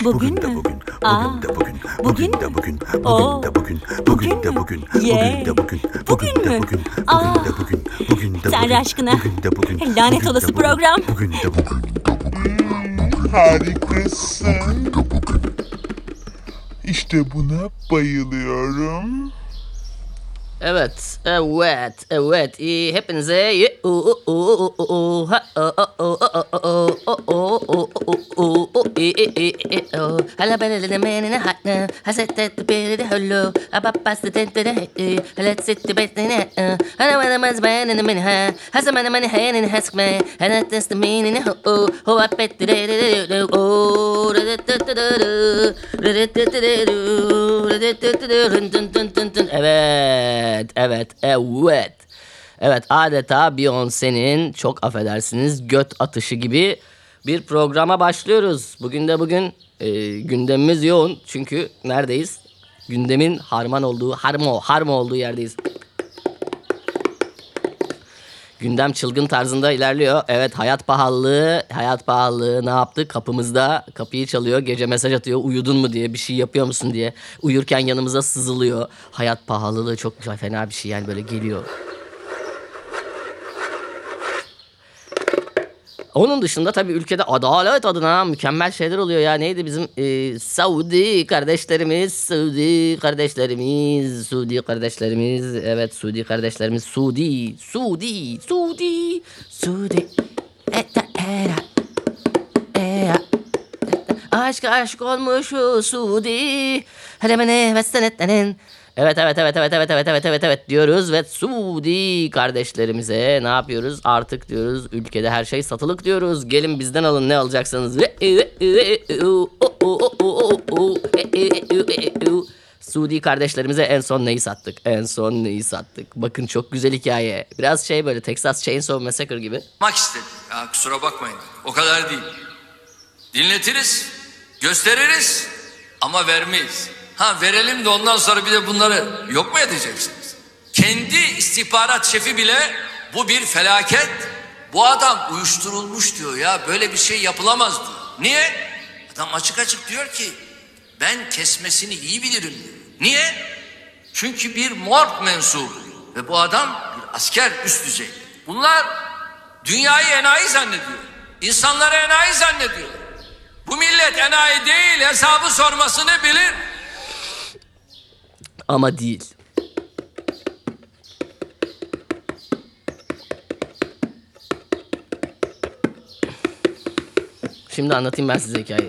Bugün mü? Aa, bugün mü? Oo, bugün mü? Ye. Bugün mü? Aa, Tanrı aşkına. Lanet olası program. Harikasın. İşte buna bayılıyorum. Evet. Hepinize hala belirli menine haklı hasettet bir de hullu abapastı tentede haletsetti betine hala varamaz benine minha hasamana mani hayinin haskme halettestu menine ho apetti de Evet, adeta Beyoncé'nin çok affedersiniz göt atışı gibi bir programa başlıyoruz. Bugün gündemimiz yoğun çünkü neredeyiz? Gündemin harmo olduğu yerdeyiz. Gündem çılgın tarzında ilerliyor. Evet, hayat pahalılığı ne yaptı? Kapımızda, kapıyı çalıyor, gece mesaj atıyor. Uyudun mu diye, bir şey yapıyor musun diye. Uyurken yanımıza sızılıyor. Hayat pahalılığı çok fena bir şey yani, böyle geliyor. Onun dışında tabii ülkede adalet adına mükemmel şeyler oluyor ya. Neydi bizim Suudi kardeşlerimiz. Evet, Suudi kardeşlerimiz. Suudi. Aşk olmuş o Suudi. Helemene ve senetlenin. Evet diyoruz ve Suudi kardeşlerimize ne yapıyoruz? Artık diyoruz ülkede her şey satılık diyoruz. Gelin bizden alın, ne alacaksanız. Suudi kardeşlerimize en son neyi sattık? Bakın, çok güzel hikaye. Biraz böyle Texas Chainsaw Massacre gibi. Yapmak istedim. Ya kusura bakmayın. O kadar değil. Dinletiriz, gösteririz ama vermeyiz. Verelim de ondan sonra bir de bunları yok mu edeceksiniz? Kendi istihbarat şefi bile bu bir felaket. Bu adam uyuşturulmuş diyor ya. Böyle bir şey yapılamaz diyor. Niye? Adam açık açık diyor ki ben kesmesini iyi bilirim diyor. Niye? Çünkü bir morg mensubu ve bu adam bir asker üst düzey. Bunlar dünyayı enayi zannediyor. İnsanları enayi zannediyor. Bu millet enayi değil, hesabı sormasını bilir. Ama değil. Şimdi anlatayım ben size hikayeyi.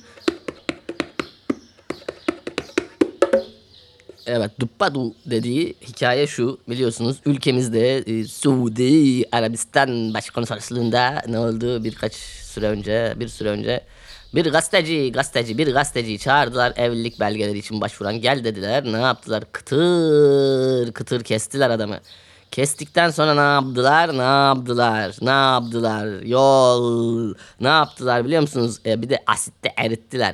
Evet, Duppadu dediği hikaye şu, biliyorsunuz ülkemizde Suudi Arabistan Başkonsoloslığında ne oldu bir süre önce bir gazeteci çağırdılar, evlilik belgeleri için başvuran, gel dediler. Ne yaptılar? Kıtır kıtır kestiler adamı. Kestikten sonra ne yaptılar? Yol. Ne yaptılar biliyor musunuz? Bir de asitte erittiler.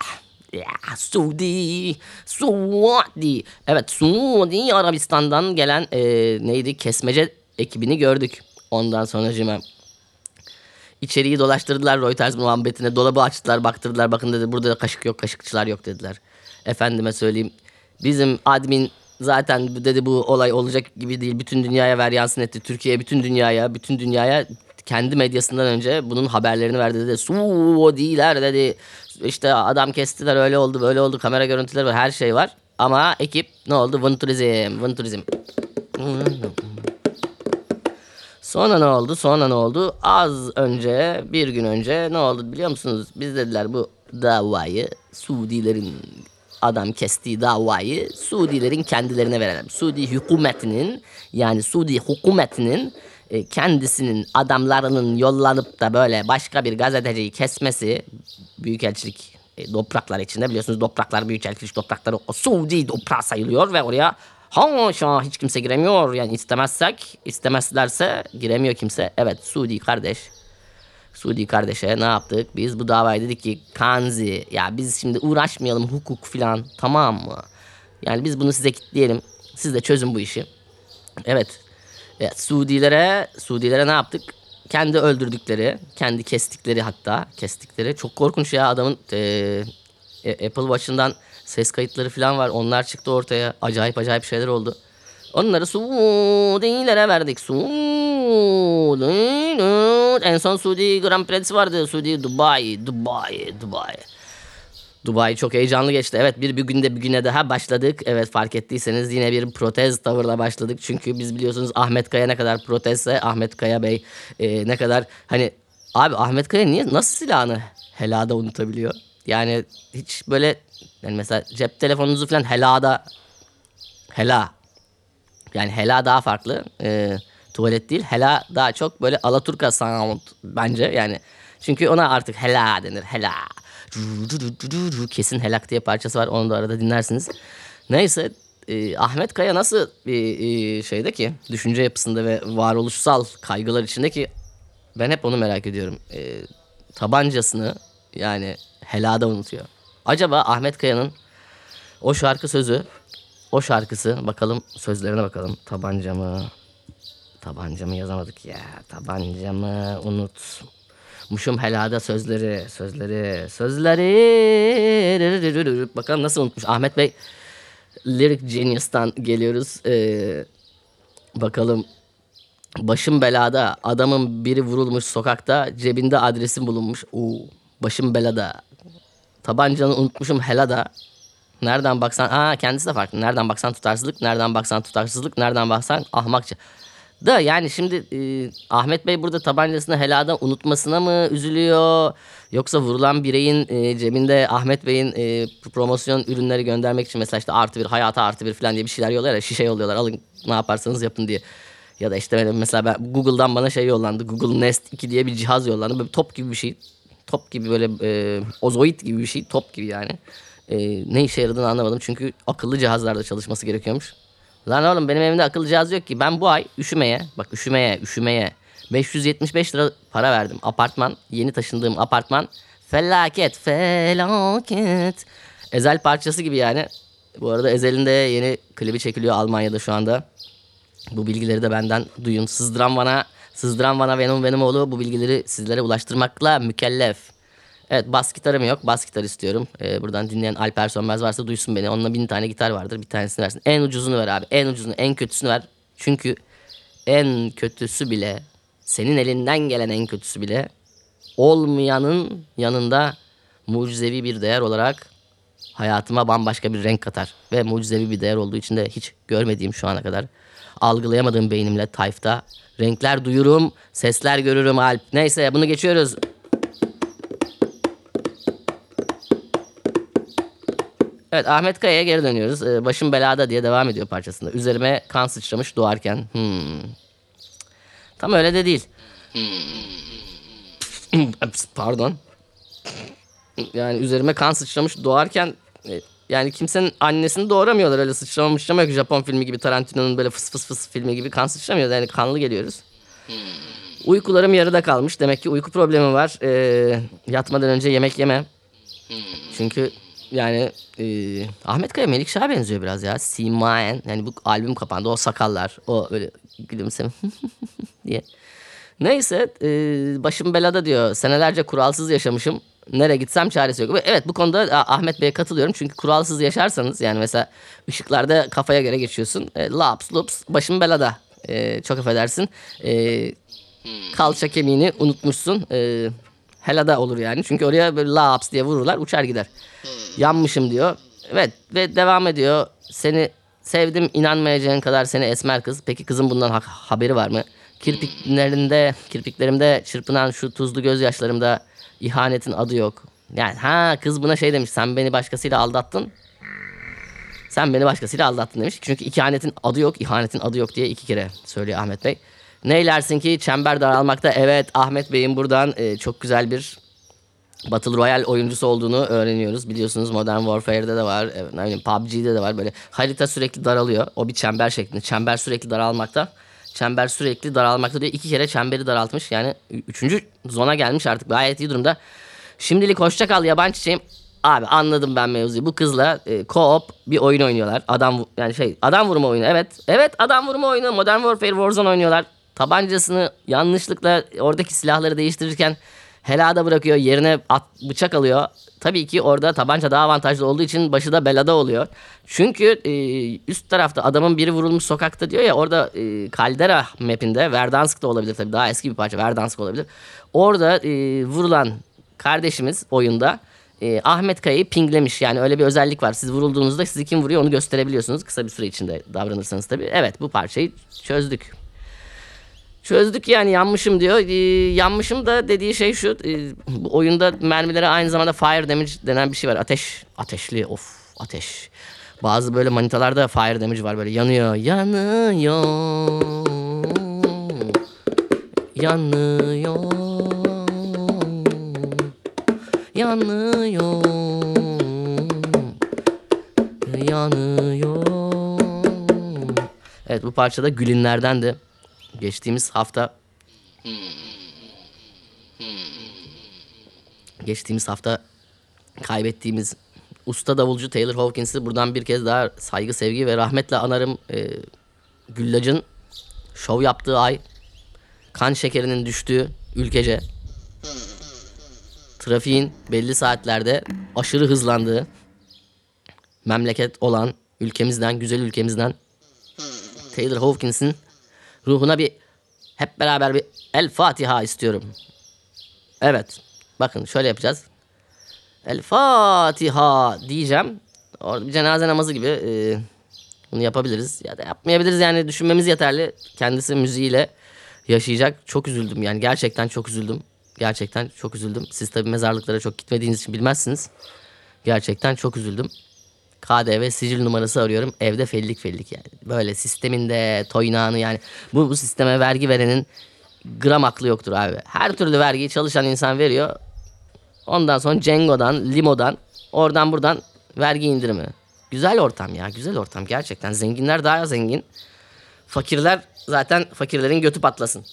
Suudi. Evet, Suudi Arabistan'dan gelen kesmece ekibini gördük. Ondan sonra İçeriği dolaştırdılar Reuters muhabbetine. Dolabı açtılar, baktırdılar. Bakın dedi, burada kaşık yok, kaşıkçılar yok dediler. Efendime söyleyeyim. Bizim admin zaten dedi bu olay olacak gibi değil. Bütün dünyaya yansın etti. Türkiye bütün dünyaya kendi medyasından önce bunun haberlerini verdi dedi. Suudiler dedi. İşte adam kestiler, öyle oldu, böyle oldu. Kamera görüntüleri var, her şey var. Ama ekip ne oldu? Vınturizm. Sonra ne oldu? Bir gün önce ne oldu biliyor musunuz? Biz dediler bu davayı, Suudilerin adam kestiği davayı Suudilerin kendilerine verelim. Suudi hükümetinin kendisinin adamlarının yollanıp da böyle başka bir gazeteciyi kesmesi, büyükelçilik topraklar içinde, biliyorsunuz topraklar büyükelçilik toprakları, o Suudi toprağı sayılıyor ve oraya hiç kimse giremiyor. Yani istemezlerse giremiyor kimse. Evet, Suudi kardeşe ne yaptık? Biz bu davayı dedik ki Kanzi, ya biz şimdi uğraşmayalım hukuk filan, tamam mı? Yani biz bunu size kilitleyelim. Siz de çözün bu işi. Evet. Suudilere ne yaptık? Kendi öldürdükleri, kendi kestikleri çok korkunç ya adamın Apple Watch'ından ses kayıtları falan var. Onlar çıktı ortaya. Acayip şeyler oldu. Onları Suudilere verdik. En son Suudi Grand Prix'si vardı. Suudi Dubai. Dubai çok heyecanlı geçti. Evet bir günde bir güne daha başladık. Evet fark ettiyseniz yine bir protez tavırla başladık. Çünkü biz biliyorsunuz Ahmet Kaya ne kadar protezse Ahmet Kaya Bey ne kadar hani abi Ahmet Kaya niye nasıl silahını helada unutabiliyor? Yani hiç böyle yani mesela cep telefonunuzu falan hela yani hela daha farklı. Tuvalet değil. Hela daha çok böyle Alaturka sound bence yani. Çünkü ona artık hela denir. Hela. Kesin Helak diye parçası var. Onu da arada dinlersiniz. Neyse Ahmet Kaya nasıl bir şeyde ki düşünce yapısında ve varoluşsal kaygılar içinde ki ben hep onu merak ediyorum. Tabancasını yani helada unutuyor. Acaba Ahmet Kaya'nın o şarkısı bakalım sözlerine bakalım. Tabancamı yazamadık ya. Tabancamı unutmuşum helada sözleri. Bakalım nasıl unutmuş. Ahmet Bey Lyric Genius'tan geliyoruz. Bakalım. Başım belada. Adamın biri vurulmuş sokakta. Cebinde adresim bulunmuş. Başım belada. Tabancanı unutmuşum helada. Nereden baksan kendisi de farklı. Nereden baksan tutarsızlık, nereden baksan tutarsızlık, nereden baksan ahmakça. Da yani şimdi Ahmet Bey burada tabancasını helada unutmasına mı üzülüyor? Yoksa vurulan bireyin cebinde Ahmet Bey'in promosyon ürünleri göndermek için mesela işte +1 hayata +1 falan diye bir şeyler yolluyorlar ya, şişe yolluyorlar alın ne yaparsanız yapın diye. Ya da işte mesela ben Google'dan bana şey yollandı. Google Nest 2 diye bir cihaz yollandı. Böyle top gibi bir şey. Top gibi böyle ozoid gibi bir şey. Top gibi yani. Ne işe yaradığını anlamadım. Çünkü akıllı cihazlarda çalışması gerekiyormuş. Lan oğlum benim evimde akıllı cihaz yok ki. Ben bu ay üşümeye 575 lira para verdim. Yeni taşındığım apartman felaket. Ezel parçası gibi yani. Bu arada Ezel'in de yeni klibi çekiliyor Almanya'da şu anda. Bu bilgileri de benden duyun. Sızdıran bana benim oğlu bu bilgileri sizlere ulaştırmakla mükellef. Evet bas gitarım yok. Bas gitar istiyorum. Buradan dinleyen Alper Sönmez varsa duysun beni. Onunla 1000 tane gitar vardır. Bir tanesini versin. En ucuzunu ver abi. En ucuzunu, en kötüsünü ver. Çünkü en kötüsü bile, senin elinden gelen en kötüsü bile olmayanın yanında mucizevi bir değer olarak hayatıma bambaşka bir renk katar. Ve mucizevi bir değer olduğu için de hiç görmediğim şu ana kadar algılayamadığım beynimle tayfta renkler duyurum, sesler görürüm Alp. Neyse bunu geçiyoruz. Evet Ahmet Kaya'ya geri dönüyoruz. Başım belada diye devam ediyor parçasında. Üzerime kan sıçramış doğarken. Tam öyle de değil. Pardon. Yani üzerime kan sıçramış doğarken yani kimsenin annesini doğuramıyorlar öyle sıçramamışlama yok. Japon filmi gibi Tarantino'nun böyle fıs fıs fıs filmi gibi kan sıçramıyor. Yani kanlı geliyoruz. Uykularım yarıda kalmış. Demek ki uyku problemi var. Yatmadan önce yemek yeme. Çünkü yani Ahmet Kaya Melikşah'a benziyor biraz ya. Simayen. Yani bu albüm kapandı. O sakallar. O öyle gülümseme diye. Neyse başım belada diyor. Senelerce kuralsız yaşamışım. Nereye gitsem çaresi yok. Evet bu konuda Ahmet Bey'e katılıyorum. Çünkü kuralsız yaşarsanız yani mesela ışıklarda kafaya göre geçiyorsun. Laps lups başım belada. Çok affedersin. Kalça kemiğini unutmuşsun. Helada olur yani. Çünkü oraya böyle laps diye vururlar uçar gider. Yanmışım diyor. Evet ve devam ediyor. Seni sevdim inanmayacağın kadar seni esmer kız. Peki kızın bundan haberi var mı? Kirpiklerimde çırpınan şu tuzlu gözyaşlarımda ihanetin adı yok. Yani kız buna şey demiş. Sen beni başkasıyla aldattın demiş. Çünkü ihanetin adı yok diye 2 kere söylüyor Ahmet Bey. Neylersin ki çember daralmakta. Evet Ahmet Bey'in buradan çok güzel bir Battle Royale oyuncusu olduğunu öğreniyoruz. Biliyorsunuz Modern Warfare'de de var. PUBG'de de var. Böyle harita sürekli daralıyor. O bir çember şeklinde. Çember sürekli daralmakta diyor. 2 kere çemberi daraltmış. Yani 3. zona gelmiş artık. Gayet iyi durumda. Şimdilik hoşça kal yaban çiçeğim. Abi anladım ben mevzuyu. Bu kızla co-op bir oyun oynuyorlar. Adam vurma oyunu. Evet adam vurma oyunu. Modern Warfare Warzone oynuyorlar. Tabancasını yanlışlıkla oradaki silahları değiştirirken helada bırakıyor, yerine bıçak alıyor. Tabii ki orada tabanca daha avantajlı olduğu için başı da belada oluyor. Çünkü üst tarafta adamın biri vurulmuş sokakta diyor ya, orada Caldera map'inde, Verdansk da olabilir tabii, daha eski bir parça, Verdansk olabilir. Orada vurulan kardeşimiz oyunda Ahmet Kaya'yı pinglemiş. Yani öyle bir özellik var. Siz vurulduğunuzda sizi kim vuruyor onu gösterebiliyorsunuz. Kısa bir süre içinde davranırsanız tabii. Evet, bu parçayı çözdük. Çözdük yani, yanmışım diyor. Yanmışım da dediği şey şu. Bu oyunda mermilere aynı zamanda fire damage denen bir şey var. Ateşli, ateş. Bazı böyle manitalarda fire damage var, böyle yanıyor. Yanıyor. Evet, bu parçada Gülinler'dendi. Geçtiğimiz hafta kaybettiğimiz usta davulcu Taylor Hawkins'i buradan bir kez daha saygı, sevgi ve rahmetle anarım. Güllac'ın şov yaptığı ay, kan şekerinin düştüğü ülkece, trafiğin belli saatlerde aşırı hızlandığı memleket olan ülkemizden, güzel ülkemizden Taylor Hawkins'in ruhuna hep beraber bir El Fatiha istiyorum. Evet. Bakın şöyle yapacağız. El Fatiha diyeceğim. Orada bir cenaze namazı gibi bunu yapabiliriz. Ya da yapmayabiliriz, yani düşünmemiz yeterli. Kendisi müziğiyle yaşayacak. Çok üzüldüm yani, gerçekten çok üzüldüm. Gerçekten çok üzüldüm. Siz tabii mezarlıklara çok gitmediğiniz için bilmezsiniz. Gerçekten çok üzüldüm. KDV sicil numarası arıyorum. Evde fellik yani. Böyle sisteminde toynağını, yani bu sisteme vergi verenin gram aklı yoktur abi. Her türlü vergiyi çalışan insan veriyor. Ondan sonra Cengo'dan, Limo'dan, oradan buradan vergi indirimi. Güzel ortam ya, güzel ortam gerçekten. Zenginler daha zengin. Fakirler zaten, fakirlerin götü patlasın.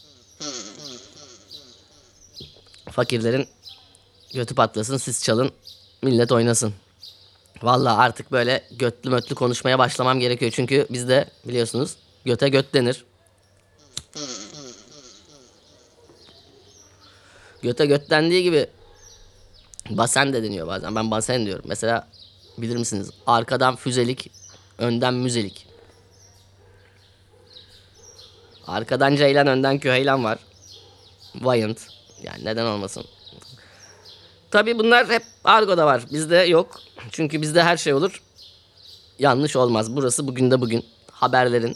Fakirlerin götü patlasın, siz çalın, millet oynasın. Vallahi artık böyle götlü mötlü konuşmaya başlamam gerekiyor. Çünkü bizde biliyorsunuz göte göt denir. Göte göt dendiği gibi basen de deniyor bazen. Ben basen diyorum. Mesela bilir misiniz? Arkadan füzelik, önden müzelik. Arkadan ceylan, önden küheylan var. Vayant. Yani neden olmasın? Tabii bunlar hep argoda var. Bizde yok. Çünkü bizde her şey olur. Yanlış olmaz. Burası bugün de bugün. Haberlerin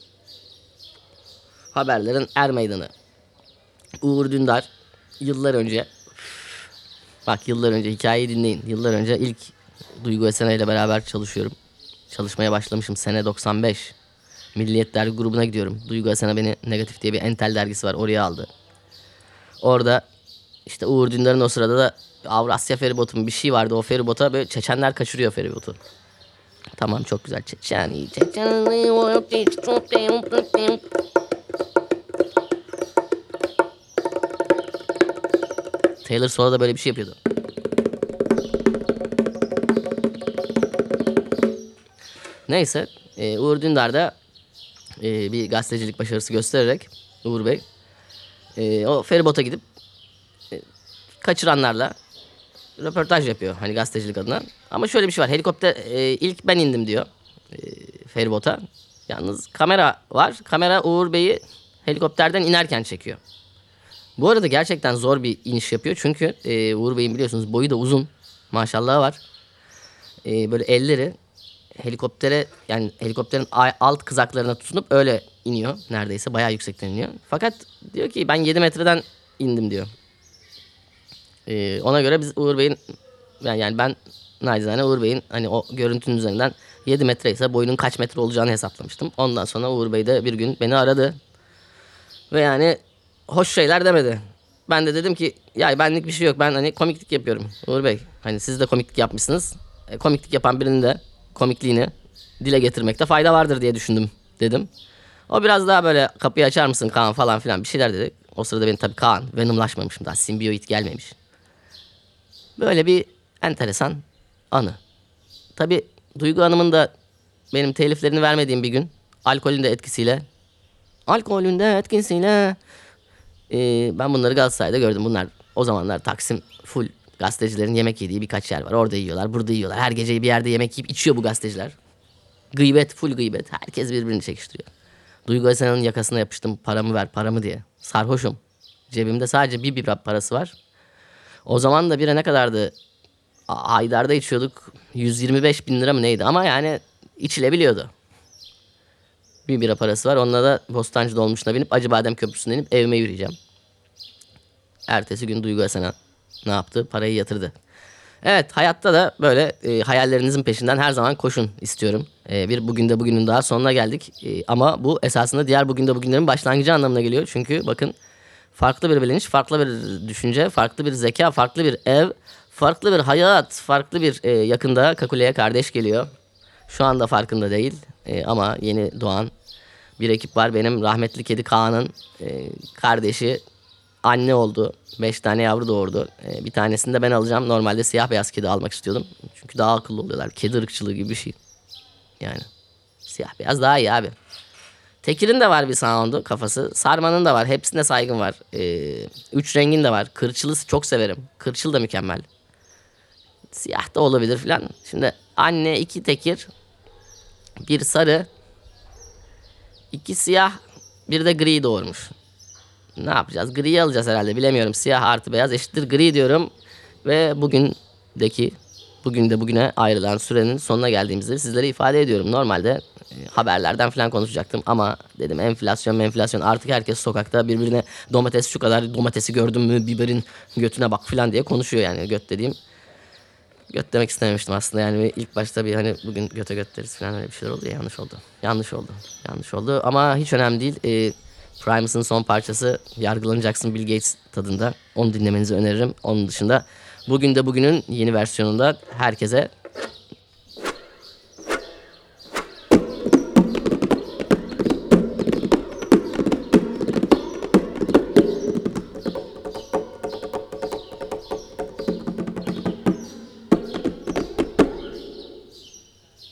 er meydanı. Uğur Dündar yıllar önce, bak yıllar önce, hikayeyi dinleyin. Yıllar önce ilk Duygu Esena ile beraber çalışıyorum. Çalışmaya başlamışım sene 95. Milliyet Dergi grubuna gidiyorum. Duygu Esena beni Negatif diye bir entel dergisi var, oraya aldı. Orada işte Uğur Dündar'ın o sırada da Avrasya feribotu bir şey vardı. O feribota böyle Çeçenler kaçırıyor feribotu. Tamam, çok güzel. Taylor sonra da böyle bir şey yapıyordu. Neyse, Uğur Dündar da bir gazetecilik başarısı göstererek, Uğur Bey o feribota gidip kaçıranlarla röportaj yapıyor, hani gazetecilik adına. Ama şöyle bir şey var, helikopter ilk ben indim diyor feribota. Yalnız kamera var, kamera Uğur Bey'i helikopterden inerken çekiyor. Bu arada gerçekten zor bir iniş yapıyor, çünkü Uğur Bey'in biliyorsunuz boyu da uzun, maşallahı var. Böyle elleri helikoptere, yani helikopterin alt kızaklarına tutunup öyle iniyor neredeyse, bayağı yüksekten iniyor. Fakat diyor ki ben 7 metreden indim diyor. Ona göre biz Uğur Bey'in, yani ben nacizane Uğur Bey'in hani o görüntünün üzerinden 7 metre ise boyunun kaç metre olacağını hesaplamıştım. Ondan sonra Uğur Bey de bir gün beni aradı ve yani hoş şeyler demedi. Ben de dedim ki ya benlik bir şey yok, ben hani komiklik yapıyorum Uğur Bey. Hani siz de komiklik yapmışsınız. Komiklik yapan birinin de komikliğini dile getirmekte fayda vardır diye düşündüm dedim. O biraz daha böyle kapıyı açar mısın Kaan falan filan bir şeyler dedi. O sırada benim tabii Kaan, Venom'laşmamışım daha, simbiyoid gelmemiş. Böyle bir enteresan anı. Tabii Duygu Hanım'ın da benim teliflerini vermediğim bir gün alkolün de etkisiyle ben bunları Galatasaray'da gördüm. Bunlar O zamanlar Taksim full gazetecilerin yemek yediği birkaç yer var. Orada yiyorlar, burada yiyorlar. Her gece bir yerde yemek yiyip içiyor bu gazeteciler. Gıybet, full gıybet. Herkes birbirini çekiştiriyor. Duygu Esen'in yakasına yapıştım, paramı ver, paramı diye. Sarhoşum. Cebimde sadece bir bira parası var. O zaman da bira ne kadardı? Haydar'da içiyorduk. 125 bin lira mı neydi? Ama yani içilebiliyordu. Bir bira parası var. Onunla da Bostancı dolmuşuna binip Acıbadem Köprüsü'nden inip evime yürüyeceğim. Ertesi gün Duygu Esen'e ne yaptı? Parayı yatırdı. Evet, hayatta da böyle hayallerinizin peşinden her zaman koşun istiyorum. Bir bugün de bugünün daha sonuna geldik. Ama bu esasında diğer bugün de bugünlerin başlangıcı anlamına geliyor. Çünkü bakın, farklı bir bilinç, farklı bir düşünce, farklı bir zeka, farklı bir ev, farklı bir hayat, farklı bir yakında Kakule'ye kardeş geliyor. Şu anda farkında değil ama yeni doğan bir ekip var. Benim rahmetli kedi Kaan'ın kardeşi anne oldu. 5 tane yavru doğurdu. Bir tanesini de ben alacağım. Normalde siyah beyaz kedi almak istiyordum. Çünkü daha akıllı oluyorlar. Kedi ırkçılığı gibi bir şey. Yani siyah beyaz daha iyi abi. Tekir'in de var bir sound'u, kafası. Sarman'ın da var. Hepsine saygım var. Üç rengin de var. Kırçılı çok severim. Kırçıl da mükemmel. Siyah da olabilir filan. Şimdi anne 2 tekir. Bir sarı. 2 siyah. Bir de gri doğurmuş. Ne yapacağız? Griyi alacağız herhalde. Bilemiyorum. Siyah artı beyaz eşittir gri diyorum. Ve bugün de bugüne ayrılan sürenin sonuna geldiğimizde sizlere ifade ediyorum. Normalde haberlerden falan konuşacaktım ama dedim enflasyon artık herkes sokakta birbirine domates şu kadar domatesi gördün mü biberin götüne bak falan diye konuşuyor yani. Göt dediğim, göt demek istememiştim aslında yani. İlk başta bir hani bugün göte göt deriz falan, öyle bir şeyler oldu ya, yanlış oldu ama hiç önemli değil. Primus'ın son parçası Yargılanacaksın Bill Gates tadında, onu dinlemenizi öneririm. Onun dışında bugün de bugünün yeni versiyonunda herkese